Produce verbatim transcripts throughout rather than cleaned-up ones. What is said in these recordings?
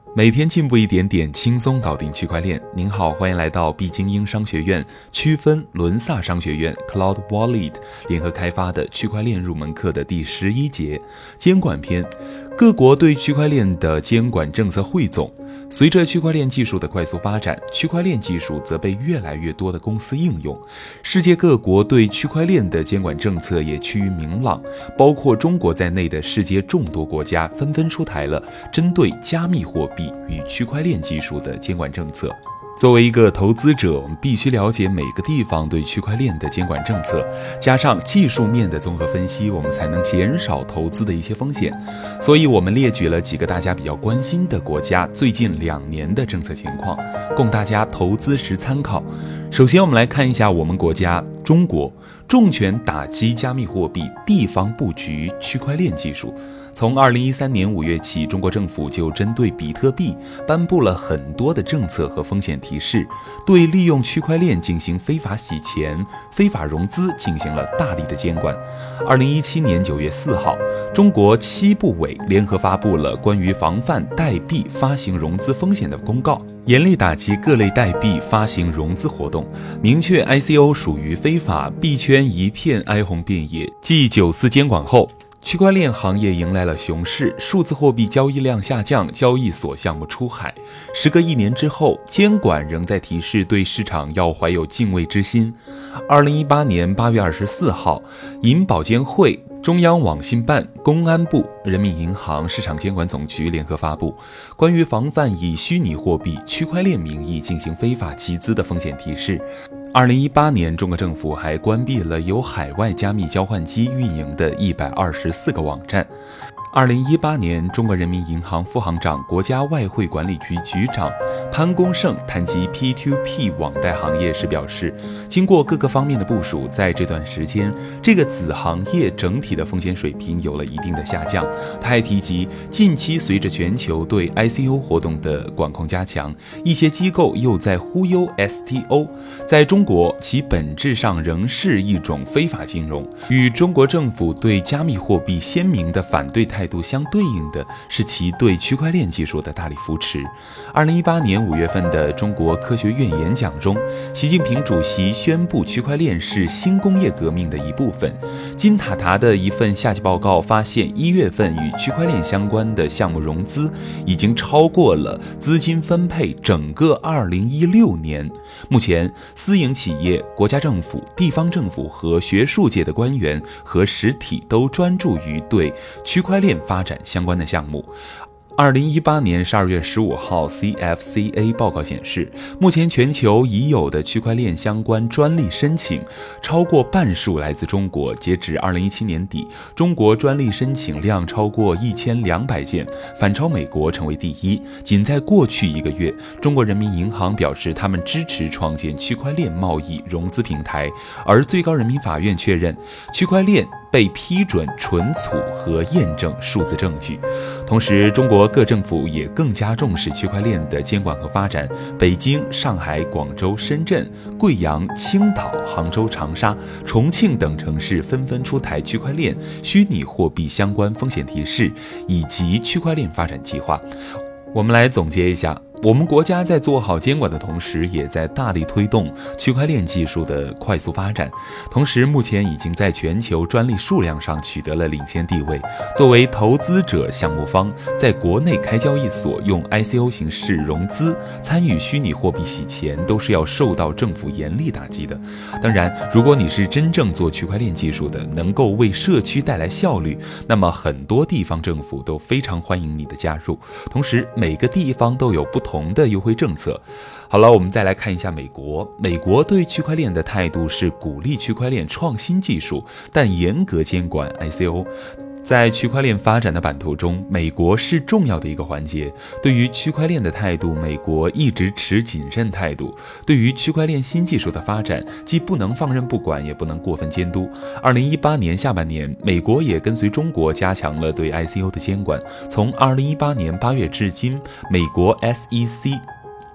每天进步一点点，轻松搞定区块链。您好，欢迎来到毕精英商学院区分伦萨商学院 Cloud Wallet 联合开发的区块链入门课的第十一节监管篇。各国对区块链的监管政策汇总。随着区块链技术的快速发展，区块链技术则被越来越多的公司应用。世界各国对区块链的监管政策也趋于明朗，包括中国在内的世界众多国家纷纷出台了针对加密货币与区块链技术的监管政策。作为一个投资者，我们必须了解每个地方对区块链的监管政策，加上技术面的综合分析，我们才能减少投资的一些风险。所以我们列举了几个大家比较关心的国家最近两年的政策情况，供大家投资时参考。首先我们来看一下我们国家中国，重拳打击加密货币，地方布局区块链技术。从二零一三年五月起，中国政府就针对比特币颁布了很多的政策和风险提示，对利用区块链进行非法洗钱、非法融资进行了大力的监管。二零一七年九月四号，中国七部委联合发布了关于防范代币发行融资风险的公告，严厉打击各类代币发行融资活动，明确 I C O 属于非法，币圈一片哀鸿遍野。继九四监管后，区块链行业迎来了熊市，数字货币交易量下降，交易所项目出海。时隔一年之后，监管仍在提示对市场要怀有敬畏之心。二零一八年八月二十四号，银保监会、中央网信办、公安部、人民银行、市场监管总局联合发布关于防范以虚拟货币、区块链名义进行非法集资的风险提示。二零一八年，中国政府还关闭了由海外加密交换机运营的一百二十四个网站。二零一八年，中国人民银行副行长、国家外汇管理局局长潘功胜谈及 P to P 网贷行业时表示，经过各个方面的部署，在这段时间，这个子行业整体的风险水平有了一定的下降。他还提及，近期随着全球对 I C O 活动的管控加强，一些机构又在忽悠 S T O， 在中国，其本质上仍是一种非法金融。与中国政府对加密货币鲜明的反对态度相对应的是其对区块链技术的大力扶持。二零一八年五月份的中国科学院演讲中，习近平主席宣布区块链是新工业革命的一部分。金塔塔的一份夏季报告发现，一月份与区块链相关的项目融资已经超过了资金分配整个二零一六年。目前，私营企业、国家政府、地方政府和学术界的官员和实体都专注于对区块链发展相关的项目。二零一八年十二月十五号 C F C A 报告显示，目前全球已有的区块链相关专利申请超过半数来自中国。截止二零一七年底，中国专利申请量超过一千两百件，反超美国成为第一。仅在过去一个月，中国人民银行表示他们支持创建区块链贸易融资平台，而最高人民法院确认区块链被批准存储和验证数字证据。同时，中国各政府也更加重视区块链的监管和发展。北京、上海、广州、深圳、贵阳、青岛、杭州、长沙、重庆等城市纷纷出台区块链、虚拟货币相关风险提示以及区块链发展计划。我们来总结一下，我们国家在做好监管的同时，也在大力推动区块链技术的快速发展。同时，目前已经在全球专利数量上取得了领先地位。作为投资者项目方，在国内开交易所用 I C O 形式融资，参与虚拟货币洗钱，都是要受到政府严厉打击的。当然，如果你是真正做区块链技术的，能够为社区带来效率，那么很多地方政府都非常欢迎你的加入。同时，每个地方都有不同的优惠政策。好了，我们再来看一下美国。美国对区块链的态度是鼓励区块链创新技术，但严格监管 I C O。在区块链发展的版图中，美国是重要的一个环节。对于区块链的态度，美国一直持谨慎态度。对于区块链新技术的发展，既不能放任不管，也不能过分监督。二零一八年下半年，美国也跟随中国加强了对 I C O 的监管。从二零一八年八月至今，美国 S E C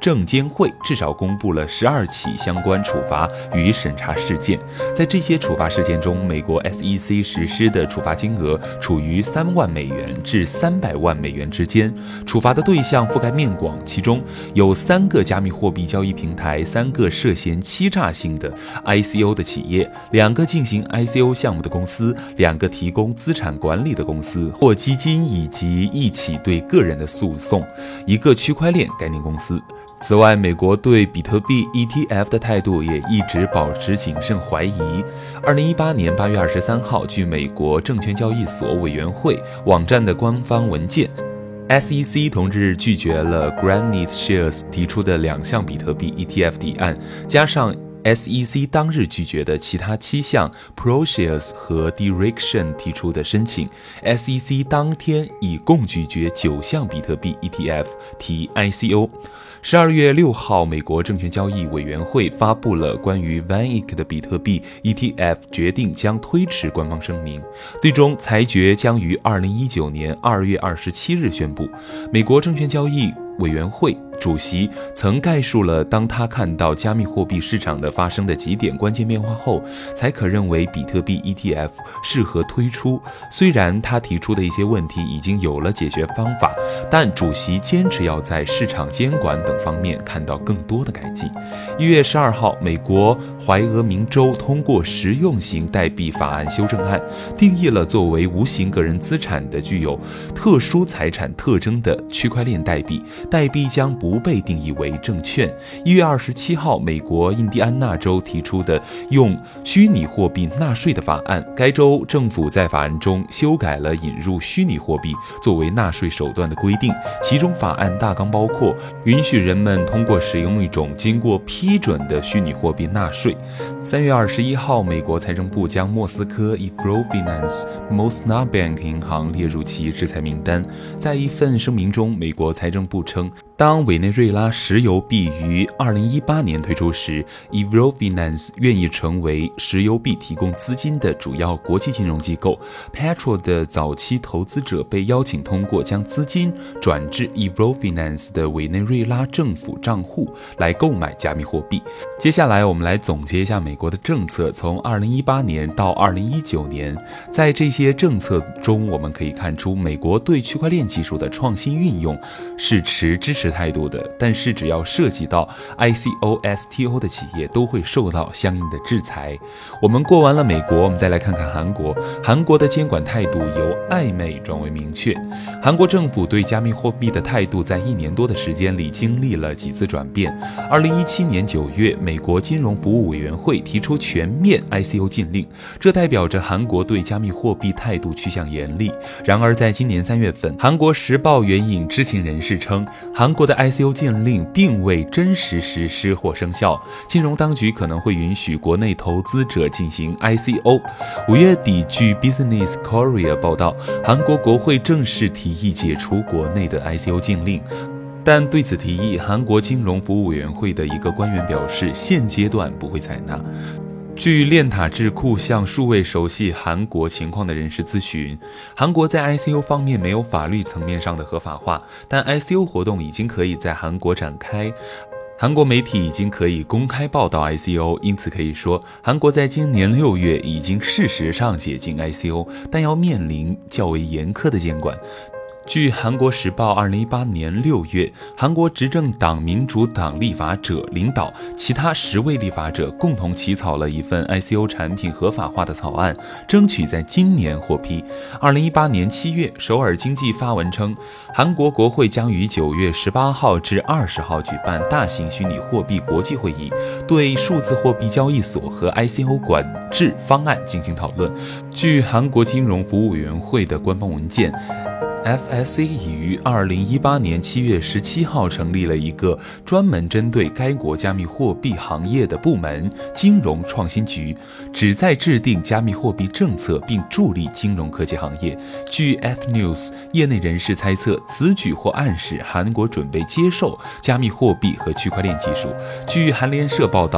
证监会至少公布了十二起相关处罚与审查事件。在这些处罚事件中，美国 S E C 实施的处罚金额处于三万美元至三百万美元之间。处罚的对象覆盖面广，其中有三个加密货币交易平台，三个涉嫌欺诈性的 I C O 的企业，两个进行 I C O 项目的公司，两个提供资产管理的公司或基金，以及一起对个人的诉讼，一个区块链概念公司。此外，美国对比特币 E T F 的态度也一直保持谨慎怀疑。二零一八年八月二十三号，据美国证券交易所委员会网站的官方文件， S E C 同日拒绝了 Granite Shares 提出的两项比特币 E T F 提案，加上 S E C 当日拒绝的其他七项 ProShares 和 Direction 提出的申请， S E C 当天已共拒绝九项比特币 E T F 提 I C O。十二月六号，美国证券交易委员会发布了关于 V A N I C 的比特币 E T F 决定将推迟官方声明，最终裁决将于二零一九年二月二十七日宣布。美国证券交易委员会主席曾概述了当他看到加密货币市场的发生的几点关键变化后，才可认为比特币 E T F 适合推出。虽然他提出的一些问题已经有了解决方法，但主席坚持要在市场监管等方面看到更多的改进。一月十二号，美国怀俄明州通过实用型代币法案修正案，定义了作为无形个人资产的具有特殊财产特征的区块链代币，代币将不被定义为证券。一月二十七号，美国印第安纳州提出的用虚拟货币纳税的法案，该州政府在法案中修改了引入虚拟货币作为纳税手段的规定，其中法案大纲包括允许人们通过使用一种经过批准的虚拟货币纳税。三月二十一号，美国财政部将莫斯科 Evrofinance Mosnetbank 银行列入其制裁名单。在一份声明中，美国财政部称，当委内瑞拉石油币于二零一八年推出时， Evrofinance 愿意成为石油币提供资金的主要国际金融机构。 Petro 的早期投资者被邀请通过将资金转至 Evrofinance 的委内瑞拉政府账户来购买加密货币。接下来我们来总结一下美国的政策，从二零一八年到二零一九年，在这些政策中，我们可以看出美国对区块链技术的创新运用是持支持态度的，但是只要涉及到 I C O S T O 的企业都会受到相应的制裁。我们过完了美国，我们再来看看韩国。韩国的监管态度由暧昧转为明确。韩国政府对加密货币的态度在一年多的时间里经历了几次转变。二零一七年九月，美国金融服务委员会提出全面 I C O 禁令，这代表着韩国对加密货币态度趋向严厉。然而在今年三月份，韩国时报援引知情人士称，韩国的 I C O 禁令并未真实实施或生效，金融当局可能会允许国内投资者进行 I C O。 五月底，据 Business Korea 报道，韩国国会正式提议解除国内的 I C O 禁令，但对此提议，韩国金融服务委员会的一个官员表示，现阶段不会采纳。据链塔智库向数位熟悉韩国情况的人士咨询，韩国在 I C O 方面没有法律层面上的合法化，但 I C O 活动已经可以在韩国展开。韩国媒体已经可以公开报道 I C O， 因此可以说，韩国在今年六月已经事实上解禁 I C O， 但要面临较为严苛的监管。据韩国时报二零一八年六月，韩国执政党民主党立法者领导其他十位立法者共同起草了一份 I C O 产品合法化的草案，争取在今年获批。二零一八年七月，首尔经济发文称，韩国国会将于九月十八号至二十号举办大型虚拟货币国际会议，对数字货币交易所和 I C O 管制方案进行讨论。据韩国金融服务委员会的官方文件，F S C 已于二零一八年七月十七号成立了一个专门针对该国加密货币行业的部门——金融创新局，旨在制定加密货币政策并助力金融科技行业。据 Eth News， 业内人士猜测，此举或暗示韩国准备接受加密货币和区块链技术。据韩联社报道，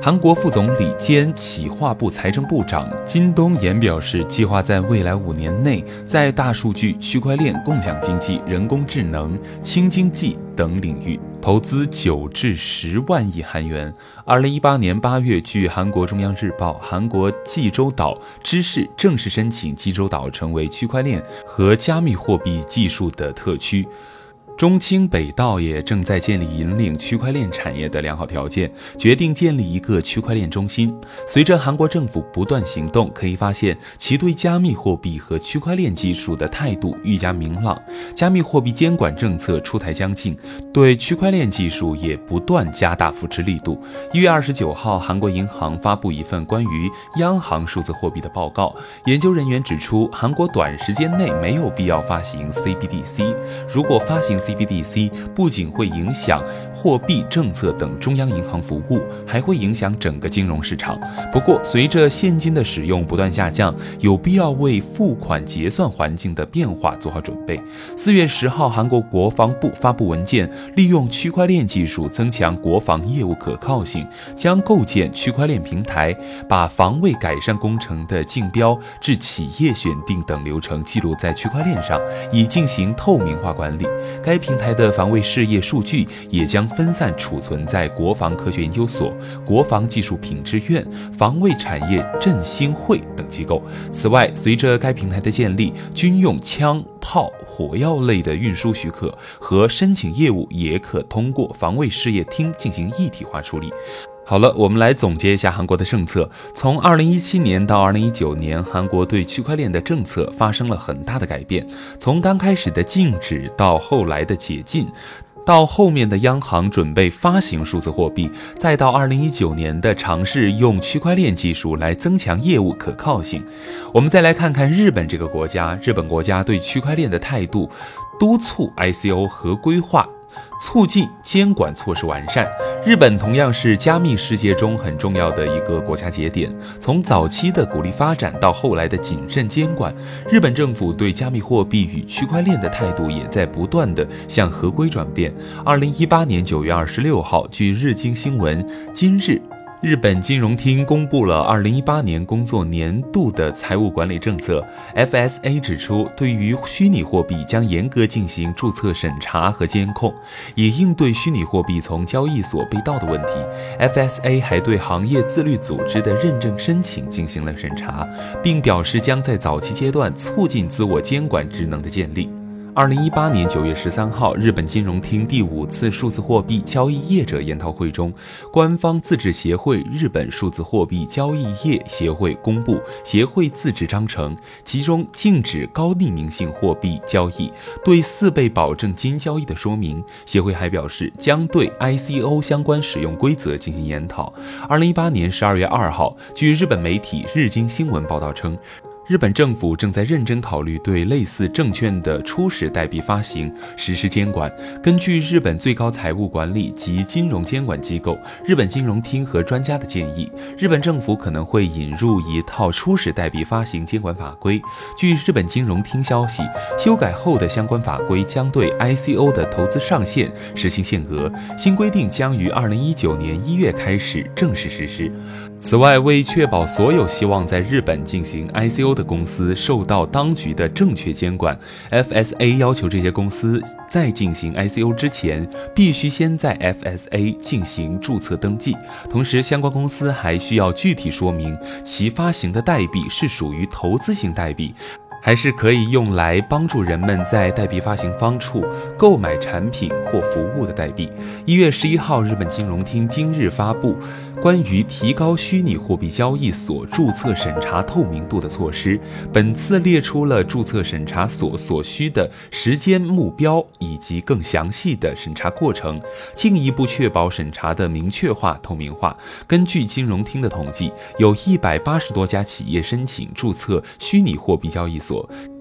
韩国副总理兼企划部财政部长金东延表示，计划在未来五年内，在大数据、区块链、共享经济、人工智能、轻经济等领域投资九至十万亿韩元。二零一八年八月，据韩国中央日报，韩国济州岛知事正式申请济州岛成为区块链和加密货币技术的特区。中清北道也正在建立引领区块链产业的良好条件，决定建立一个区块链中心。随着韩国政府不断行动，可以发现其对加密货币和区块链技术的态度愈加明朗。加密货币监管政策出台将近，对区块链技术也不断加大扶持力度。一月二十九号，韩国银行发布一份关于央行数字货币的报告，研究人员指出，韩国短时间内没有必要发行 C B D C， 如果发行 C B D C 不仅会影响货币政策等中央银行服务，还会影响整个金融市场。不过，随着现金的使用不断下降，有必要为付款结算环境的变化做好准备。四月十号，韩国国防部发布文件，利用区块链技术增强国防业务可靠性，将构建区块链平台，把防卫改善工程的竞标至企业选定等流程记录在区块链上，以进行透明化管理。该平台的防卫事业数据也将分散储存在国防科学研究所、国防技术品质院、防卫产业振兴会等机构。此外，随着该平台的建立，军用枪炮、火药类的运输许可和申请业务也可通过防卫事业厅进行一体化处理。好了，我们来总结一下韩国的政策。从二零一七年到二零一九年，韩国对区块链的政策发生了很大的改变，从刚开始的禁止到后来的解禁，到后面的央行准备发行数字货币，再到二零一九年的尝试用区块链技术来增强业务可靠性。我们再来看看日本这个国家，日本国家对区块链的态度，督促 I C O 合规化，促进监管措施完善。日本同样是加密世界中很重要的一个国家节点，从早期的鼓励发展到后来的谨慎监管，日本政府对加密货币与区块链的态度也在不断的向合规转变。二零一八年九月二十六号，据日经新闻，今日日本金融厅公布了二零一八年工作年度的财务管理政策。F S A 指出，对于虚拟货币将严格进行注册审查和监控，以应对虚拟货币从交易所被盗的问题。F S A 还对行业自律组织的认证申请进行了审查，并表示将在早期阶段促进自我监管职能的建立。二零一八年九月十三号，日本金融厅第五次数字货币交易业者研讨会中，官方自治协会日本数字货币交易业协会公布协会自治章程，其中禁止高匿名性货币交易、对四倍保证金交易的说明。协会还表示，将对 I C O 相关使用规则进行研讨。二零一八年十二月二号，据日本媒体日经新闻报道称，日本政府正在认真考虑对类似证券的初始代币发行实施监管。根据日本最高财务管理及金融监管机构日本金融厅和专家的建议，日本政府可能会引入一套初始代币发行监管法规。据日本金融厅消息，修改后的相关法规将对 I C O 的投资上限实行限额，新规定将于二零一九年一月开始正式实施。此外，为确保所有希望在日本进行 I C O 的公司受到当局的正确监管， F S A 要求这些公司在进行 I C O 之前，必须先在 F S A 进行注册登记。同时，相关公司还需要具体说明其发行的代币是属于投资型代币，还是可以用来帮助人们在代币发行方处购买产品或服务的代币。一月十一号，日本金融厅今日发布关于提高虚拟货币交易所注册审查透明度的措施，本次列出了注册审查所所需的时间目标以及更详细的审查过程，进一步确保审查的明确化、透明化。根据金融厅的统计，有一百八十多家企业申请注册虚拟货币交易所，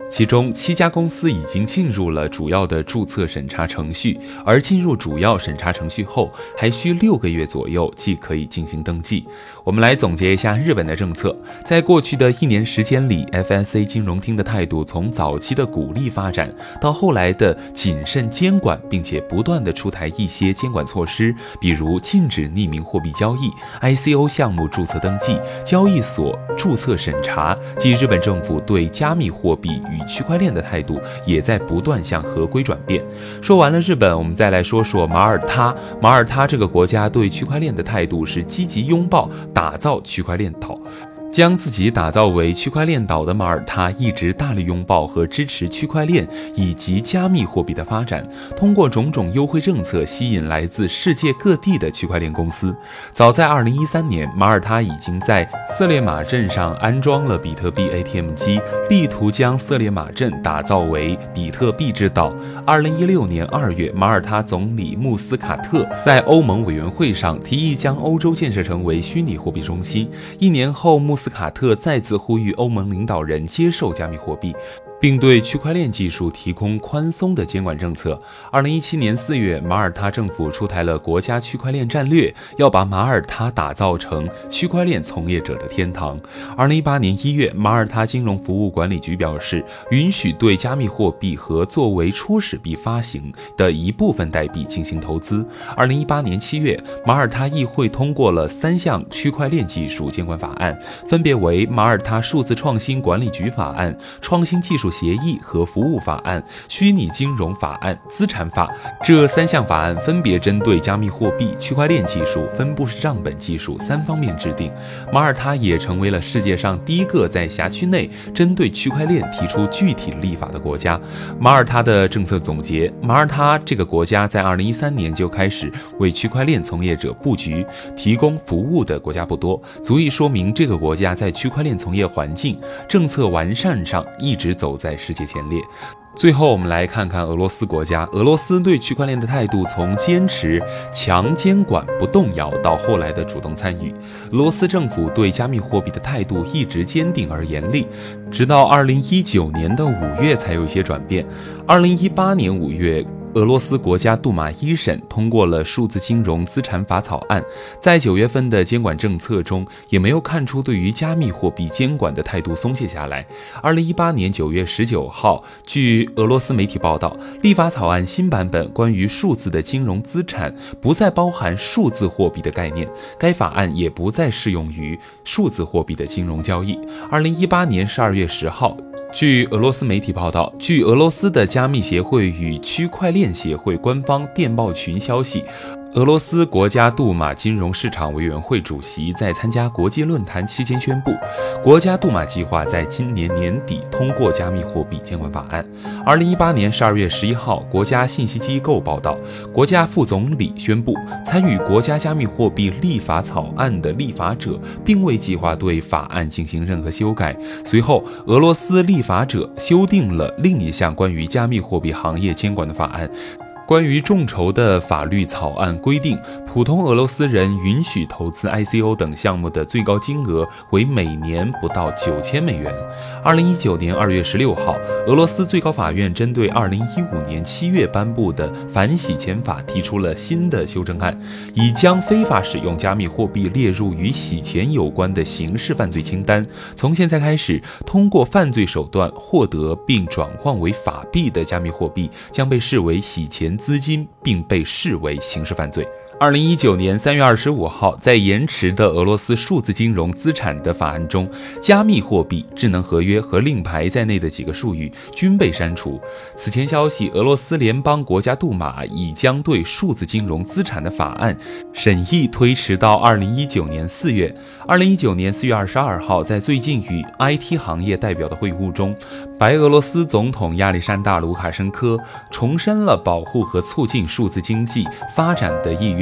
其中七家公司已经进入了主要的注册审查程序，而进入主要审查程序后，还需六个月左右即可以进行登记。我们来总结一下日本的政策，在过去的一年时间里 ，F S A 金融厅的态度从早期的鼓励发展，到后来的谨慎监管，并且不断的出台一些监管措施，比如禁止匿名货币交易、I C O 项目注册登记、交易所注册审查，即日本政府对加密货币与区块链的态度也在不断向合规转变。说完了日本，我们再来说说马耳他。马耳他这个国家对区块链的态度是积极拥抱打造区块链岛。将自己打造为区块链岛的马耳他一直大力拥抱和支持区块链以及加密货币的发展，通过种种优惠政策吸引来自世界各地的区块链公司。早在二零一三年，马耳他已经在色列马镇上安装了比特币 A T M 机，力图将色列马镇打造为比特币之岛。二零一六年二月，马耳他总理穆斯卡特在欧盟委员会上提议将欧洲建设成为虚拟货币中心。一年后，穆斯卡特再次呼吁欧盟领导人接受加密货币，并对区块链技术提供宽松的监管政策。二零一七年四月，马耳他政府出台了国家区块链战略，要把马耳他打造成区块链从业者的天堂。二零一八年一月，马耳他金融服务管理局表示，允许对加密货币和作为初始币发行的一部分代币进行投资。二零一八年七月，马耳他议会通过了三项区块链技术监管法案，分别为马耳他数字创新管理局法案、创新技术协议和服务法案、虚拟金融法案、资产法。这三项法案分别针对加密货币、区块链技术、分布式账本技术三方面制定。马耳他也成为了世界上第一个在辖区内针对区块链提出具体立法的国家。马耳他的政策总结：马耳他这个国家在二零一三年就开始为区块链从业者布局、提供服务的国家不多，足以说明这个国家在区块链从业环境、政策完善上一直走在世界前列。最后我们来看看俄罗斯国家。俄罗斯对区块链的态度从坚持强监管不动摇到后来的主动参与。俄罗斯政府对加密货币的态度一直坚定而严厉，直到二零一九年的五月才有一些转变。二零一八年五月，俄罗斯国家杜马一审通过了数字金融资产法草案，在九月份的监管政策中，也没有看出对于加密货币监管的态度松懈下来。二零一八年九月十九号，据俄罗斯媒体报道，立法草案新版本关于数字的金融资产不再包含数字货币的概念，该法案也不再适用于数字货币的金融交易。二零一八年十二月十号，据俄罗斯媒体报道，据俄罗斯的加密协会与区块链协会官方电报群消息，俄罗斯国家杜马金融市场委员会主席在参加国际论坛期间宣布，国家杜马计划在今年年底通过加密货币监管法案。二零一八年十二月十一号，国家信息机构报道，国家副总理宣布，参与国家加密货币立法草案的立法者并未计划对法案进行任何修改。随后，俄罗斯立法者修订了另一项关于加密货币行业监管的法案。关于众筹的法律草案规定，普通俄罗斯人允许投资 I C O 等项目的最高金额为每年不到九千美元。二零一九年二月十六号，俄罗斯最高法院针对二零一五年七月颁布的反洗钱法提出了新的修正案，以将非法使用加密货币列入与洗钱有关的刑事犯罪清单。从现在开始，通过犯罪手段获得并转换为法币的加密货币将被视为洗钱资金，并被视为刑事犯罪。二零一九年三月二十五号，在延迟的俄罗斯数字金融资产的法案中，加密货币、智能合约和令牌在内的几个术语均被删除。此前消息，俄罗斯联邦国家杜马已将对数字金融资产的法案审议推迟到二零一九年四月。二零一九年四月二十二号，在最近与 I T 行业代表的会晤中，白俄罗斯总统亚历山大·卢卡申科重申了保护和促进数字经济发展的意愿。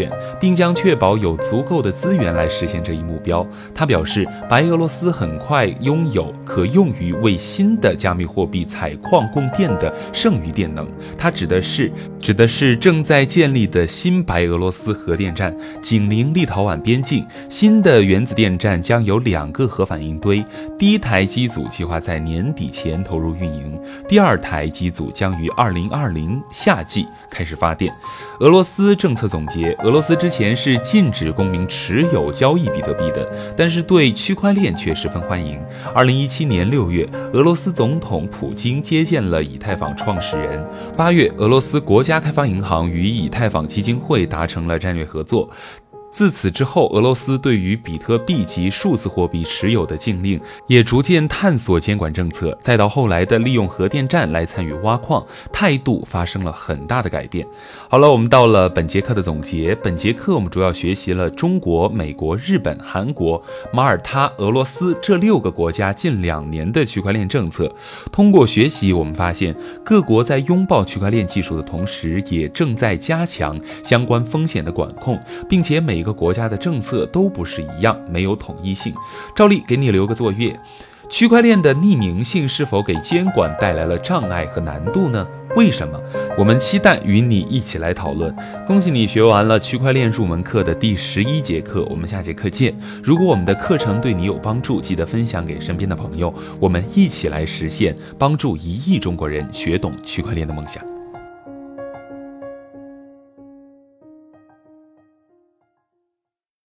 点，并将确保有足够的资源来实现这一目标。他表示，白俄罗斯很快拥有可用于为新的加密货币采矿供电的剩余电能。他指的是指的是正在建立的新白俄罗斯核电站，紧邻立陶宛边境。新的原子电站将有两个核反应堆，第一台机组计划在年底前投入运营，第二台机组将于二零二零夏季开始发电。俄罗斯政策总结，俄罗斯之前是禁止公民持有交易比特币的，但是对区块链却十分欢迎。二零一七年六月，俄罗斯总统普京接见了以太坊创始人。八月，俄罗斯国家开发银行与以太坊基金会达成了战略合作。自此之后，俄罗斯对于比特币及数字货币持有的禁令也逐渐探索监管政策，再到后来的利用核电站来参与挖矿，态度发生了很大的改变。好了，我们到了本节课的总结。本节课我们主要学习了中国、美国、日本、韩国、马耳他、俄罗斯这六个国家近两年的区块链政策。通过学习，我们发现各国在拥抱区块链技术的同时，也正在加强相关风险的管控，并且每每个国家的政策都不是一样，没有统一性。照例给你留个作业，区块链的匿名性是否给监管带来了障碍和难度呢？为什么？我们期待与你一起来讨论。恭喜你学完了区块链入门课的第十一节课，我们下节课见。如果我们的课程对你有帮助，记得分享给身边的朋友，我们一起来实现帮助一亿中国人学懂区块链的梦想。